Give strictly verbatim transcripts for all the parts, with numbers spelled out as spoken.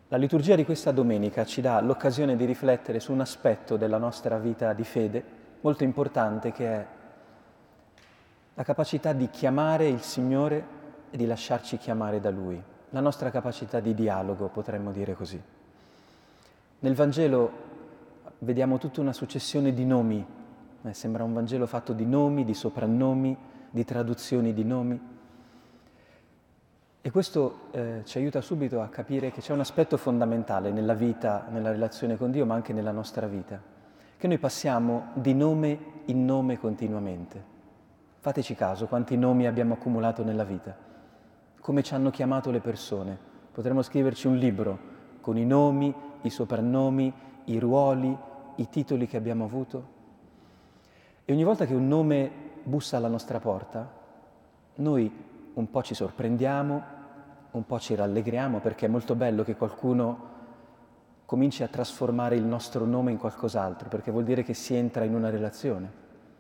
La liturgia di questa domenica ci dà l'occasione di riflettere su un aspetto della nostra vita di fede molto importante, che è la capacità di chiamare il Signore e di lasciarci chiamare da Lui, la nostra capacità di dialogo, potremmo dire così. Nel Vangelo vediamo tutta una successione di nomi, eh, sembra un Vangelo fatto di nomi, di soprannomi, di traduzioni di nomi. E questo eh, ci aiuta subito a capire che c'è un aspetto fondamentale nella vita, nella relazione con Dio, ma anche nella nostra vita, che noi passiamo di nome in nome continuamente. Fateci caso, quanti nomi abbiamo accumulato nella vita, come ci hanno chiamato le persone. Potremmo scriverci un libro con i nomi, i soprannomi, i ruoli, i titoli che abbiamo avuto. E ogni volta che un nome bussa alla nostra porta, noi un po' ci sorprendiamo, un po' ci rallegriamo, perché è molto bello che qualcuno cominci a trasformare il nostro nome in qualcos'altro, perché vuol dire che si entra in una relazione.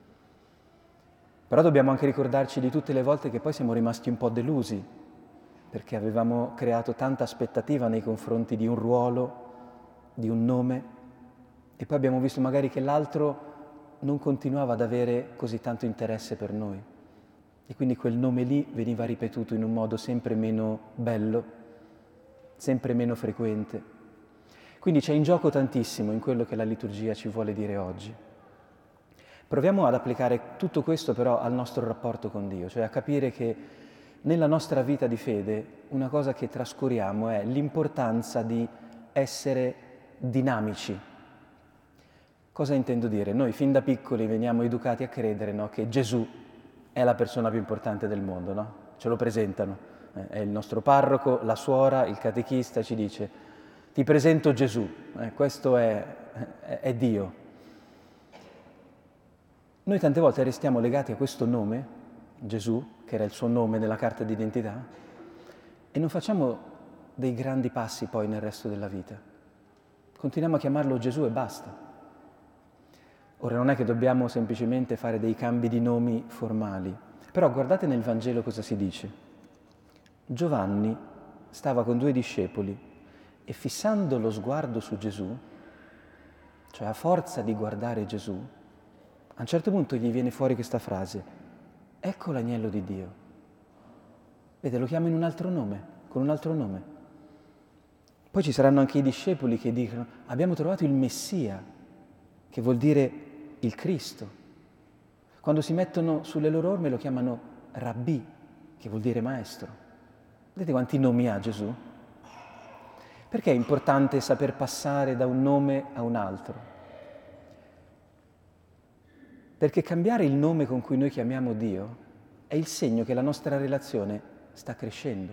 Però dobbiamo anche ricordarci di tutte le volte che poi siamo rimasti un po' delusi, perché avevamo creato tanta aspettativa nei confronti di un ruolo, di un nome, e poi abbiamo visto magari che l'altro non continuava ad avere così tanto interesse per noi. E quindi quel nome lì veniva ripetuto in un modo sempre meno bello, sempre meno frequente. Quindi c'è in gioco tantissimo in quello che la liturgia ci vuole dire oggi. Proviamo ad applicare tutto questo però al nostro rapporto con Dio, cioè a capire che nella nostra vita di fede una cosa che trascuriamo è l'importanza di essere dinamici. Cosa intendo dire? Noi fin da piccoli veniamo educati a credere, no, che Gesù è la persona più importante del mondo, no? Ce lo presentano. Eh, è il nostro parroco, la suora, il catechista ci dice: ti presento Gesù, eh, questo è, è, è Dio. Noi tante volte restiamo legati a questo nome, Gesù, che era il suo nome nella carta d'identità, e non facciamo dei grandi passi poi nel resto della vita. Continuiamo a chiamarlo Gesù e basta. Ora non è che dobbiamo semplicemente fare dei cambi di nomi formali, però guardate nel Vangelo cosa si dice. Giovanni stava con due discepoli e fissando lo sguardo su Gesù, cioè a forza di guardare Gesù, a un certo punto gli viene fuori questa frase: ecco l'agnello di Dio. Vede, lo chiama in un altro nome, con un altro nome. Poi ci saranno anche i discepoli che dicono: abbiamo trovato il Messia, che vuol dire il Cristo. Quando si mettono sulle loro orme lo chiamano Rabbì, che vuol dire maestro. Vedete quanti nomi ha Gesù? Perché è importante saper passare da un nome a un altro? Perché cambiare il nome con cui noi chiamiamo Dio è il segno che la nostra relazione sta crescendo.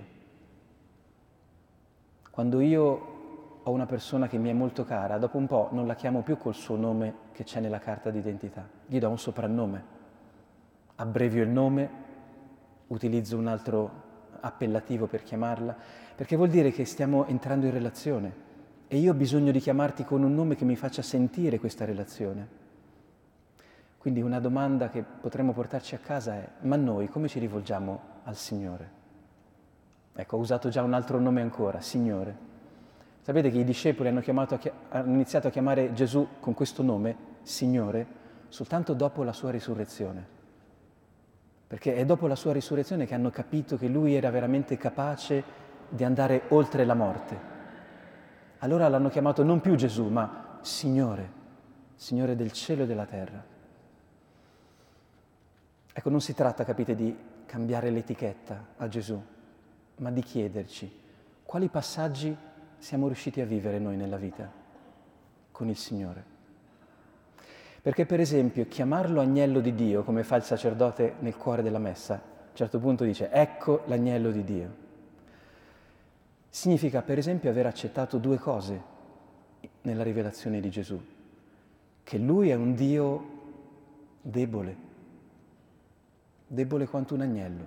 Quando io ho una persona che mi è molto cara, dopo un po' non la chiamo più col suo nome che c'è nella carta d'identità, gli do un soprannome, abbrevio il nome, utilizzo un altro appellativo per chiamarla, perché vuol dire che stiamo entrando in relazione e io ho bisogno di chiamarti con un nome che mi faccia sentire questa relazione. Quindi una domanda che potremmo portarci a casa è: ma noi come ci rivolgiamo al Signore? Ecco, ho usato già un altro nome ancora, Signore. Sapete che i discepoli hanno, chiamato a chi- hanno iniziato a chiamare Gesù con questo nome, Signore, soltanto dopo la sua risurrezione. Perché è dopo la sua risurrezione che hanno capito che Lui era veramente capace di andare oltre la morte. Allora l'hanno chiamato non più Gesù, ma Signore, Signore del cielo e della terra. Ecco, non si tratta, capite, di cambiare l'etichetta a Gesù, ma di chiederci quali passaggi siamo riusciti a vivere noi nella vita con il Signore. Perché per esempio chiamarlo agnello di Dio, come fa il sacerdote nel cuore della messa, a un certo punto dice: ecco l'agnello di Dio, significa per esempio aver accettato due cose nella rivelazione di Gesù: che Lui è un Dio debole, debole quanto un agnello,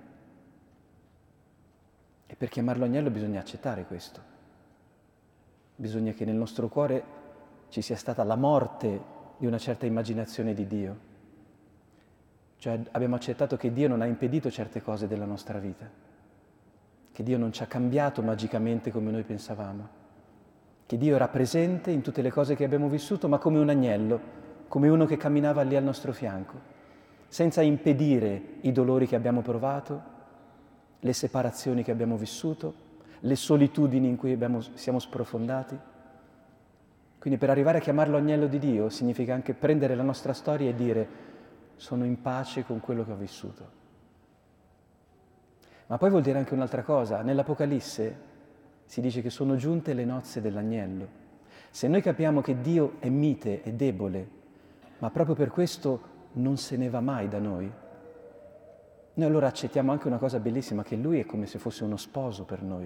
e per chiamarlo agnello bisogna accettare questo. Bisogna che nel nostro cuore ci sia stata la morte di una certa immaginazione di Dio. Cioè abbiamo accettato che Dio non ha impedito certe cose della nostra vita, che Dio non ci ha cambiato magicamente come noi pensavamo. che Dio era presente in tutte le cose che abbiamo vissuto, ma come un agnello, come uno che camminava lì al nostro fianco, senza impedire i dolori che abbiamo provato, le separazioni che abbiamo vissuto, le solitudini in cui abbiamo, siamo sprofondati. Quindi per arrivare a chiamarlo agnello di Dio significa anche prendere la nostra storia e dire sono in pace con quello che ho vissuto. Ma poi vuol dire anche un'altra cosa. Nell'Apocalisse si dice che sono giunte le nozze dell'agnello. Se noi capiamo che Dio è mite e debole, ma proprio per questo non se ne va mai da noi, noi allora accettiamo anche una cosa bellissima, che Lui è come se fosse uno sposo per noi.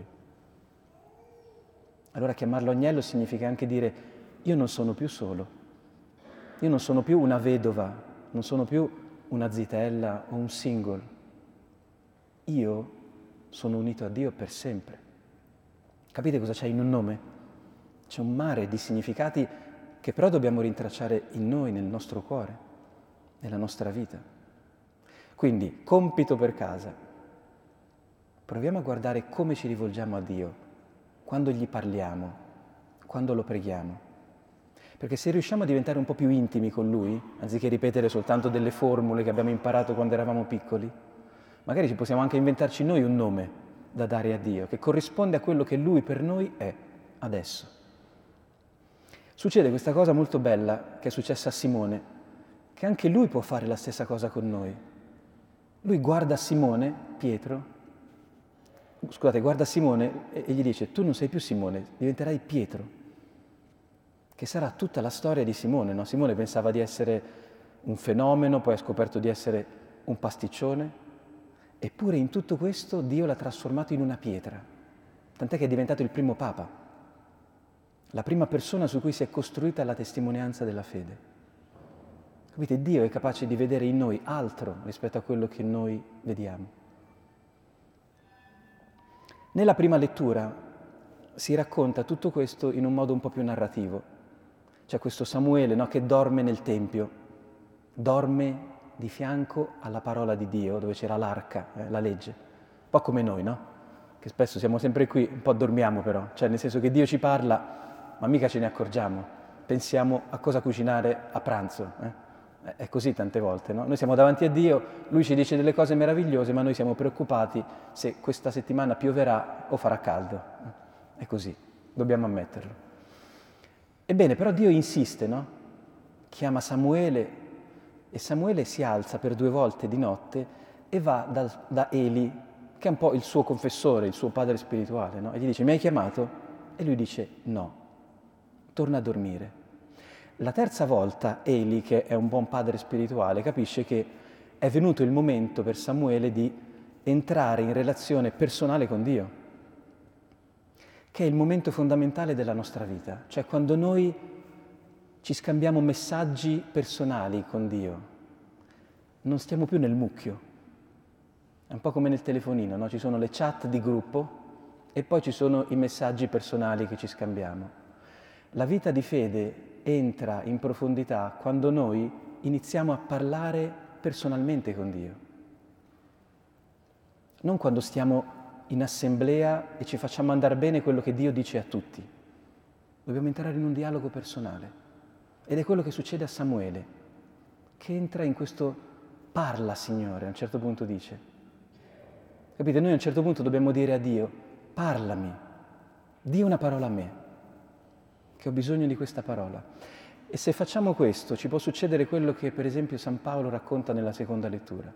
Allora chiamarlo agnello significa anche dire io non sono più solo, io non sono più una vedova, non sono più una zitella o un single. Io sono unito a Dio per sempre. Capite cosa c'è in un nome? C'è un mare di significati che però dobbiamo rintracciare in noi, nel nostro cuore, nella nostra vita. Quindi, compito per casa. Proviamo a guardare come ci rivolgiamo a Dio, quando gli parliamo, quando lo preghiamo. Perché se riusciamo a diventare un po' più intimi con Lui, anziché ripetere soltanto delle formule che abbiamo imparato quando eravamo piccoli, magari ci possiamo anche inventarci noi un nome da dare a Dio, che corrisponde a quello che Lui per noi è adesso. Succede questa cosa molto bella che è successa a Simone, che anche lui può fare la stessa cosa con noi. Lui guarda Simone, Pietro, scusate, guarda Simone e gli dice tu non sei più Simone, diventerai Pietro, che sarà tutta la storia di Simone, no? Simone pensava di essere un fenomeno, poi ha scoperto di essere un pasticcione, eppure in tutto questo Dio l'ha trasformato in una pietra, tant'è che è diventato il primo papa, la prima persona su cui si è costruita la testimonianza della fede. Capite? Dio è capace di vedere in noi altro rispetto a quello che noi vediamo. Nella prima lettura si racconta tutto questo in un modo un po' più narrativo. C'è questo Samuele, no, che dorme nel Tempio, dorme di fianco alla parola di Dio, dove c'era l'arca, eh, la legge. Un po' come noi, no? Che spesso siamo sempre qui, un po' dormiamo però, cioè nel senso che Dio ci parla, ma mica ce ne accorgiamo. Pensiamo a cosa cucinare a pranzo. Eh? È così tante volte, no? Noi siamo davanti a Dio, Lui ci dice delle cose meravigliose, ma noi siamo preoccupati se questa settimana pioverà o farà caldo. È così, dobbiamo ammetterlo. Ebbene, però Dio insiste, no? Chiama Samuele, e Samuele si alza per due volte di notte e va da, da Eli, che è un po' il suo confessore, il suo padre spirituale, no? E gli dice, mi hai chiamato? E lui dice, no, torna a dormire. La terza volta Eli, che è un buon padre spirituale, capisce che è venuto il momento per Samuele di entrare in relazione personale con Dio, che è il momento fondamentale della nostra vita, cioè quando noi ci scambiamo messaggi personali con Dio, non stiamo più nel mucchio. È un po' come nel telefonino, no? Ci sono le chat di gruppo e poi ci sono i messaggi personali che ci scambiamo. La vita di fede entra in profondità quando noi iniziamo a parlare personalmente con Dio. Non quando stiamo in assemblea e ci facciamo andare bene quello che Dio dice a tutti. Dobbiamo entrare in un dialogo personale. Ed è quello che succede a Samuele, che entra in questo parla, Signore, a un certo punto dice. Capite? Noi a un certo punto dobbiamo dire a Dio, parlami, di una parola a me, che ho bisogno di questa parola. E se facciamo questo, ci può succedere quello che per esempio San Paolo racconta nella seconda lettura,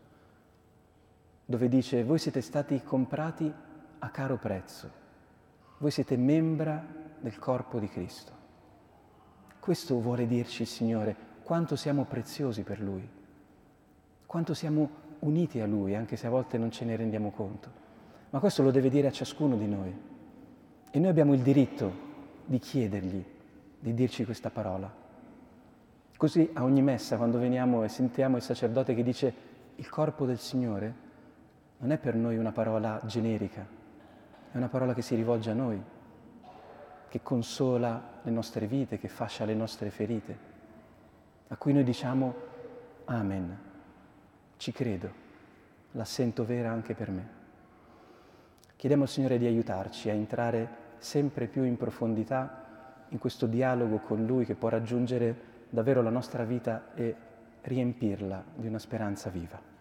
dove dice, voi siete stati comprati a caro prezzo, voi siete membra del corpo di Cristo. Questo vuole dirci il Signore, quanto siamo preziosi per Lui, quanto siamo uniti a Lui, anche se a volte non ce ne rendiamo conto. Ma questo lo deve dire a ciascuno di noi. E noi abbiamo il diritto di chiedergli di dirci questa parola. Così a ogni messa, quando veniamo e sentiamo il sacerdote che dice il corpo del Signore, non è per noi una parola generica, è una parola che si rivolge a noi, che consola le nostre vite, che fascia le nostre ferite, a cui noi diciamo Amen, ci credo, la sento vera anche per me. Chiediamo al Signore di aiutarci a entrare sempre più in profondità in questo dialogo con Lui che può raggiungere davvero la nostra vita e riempirla di una speranza viva.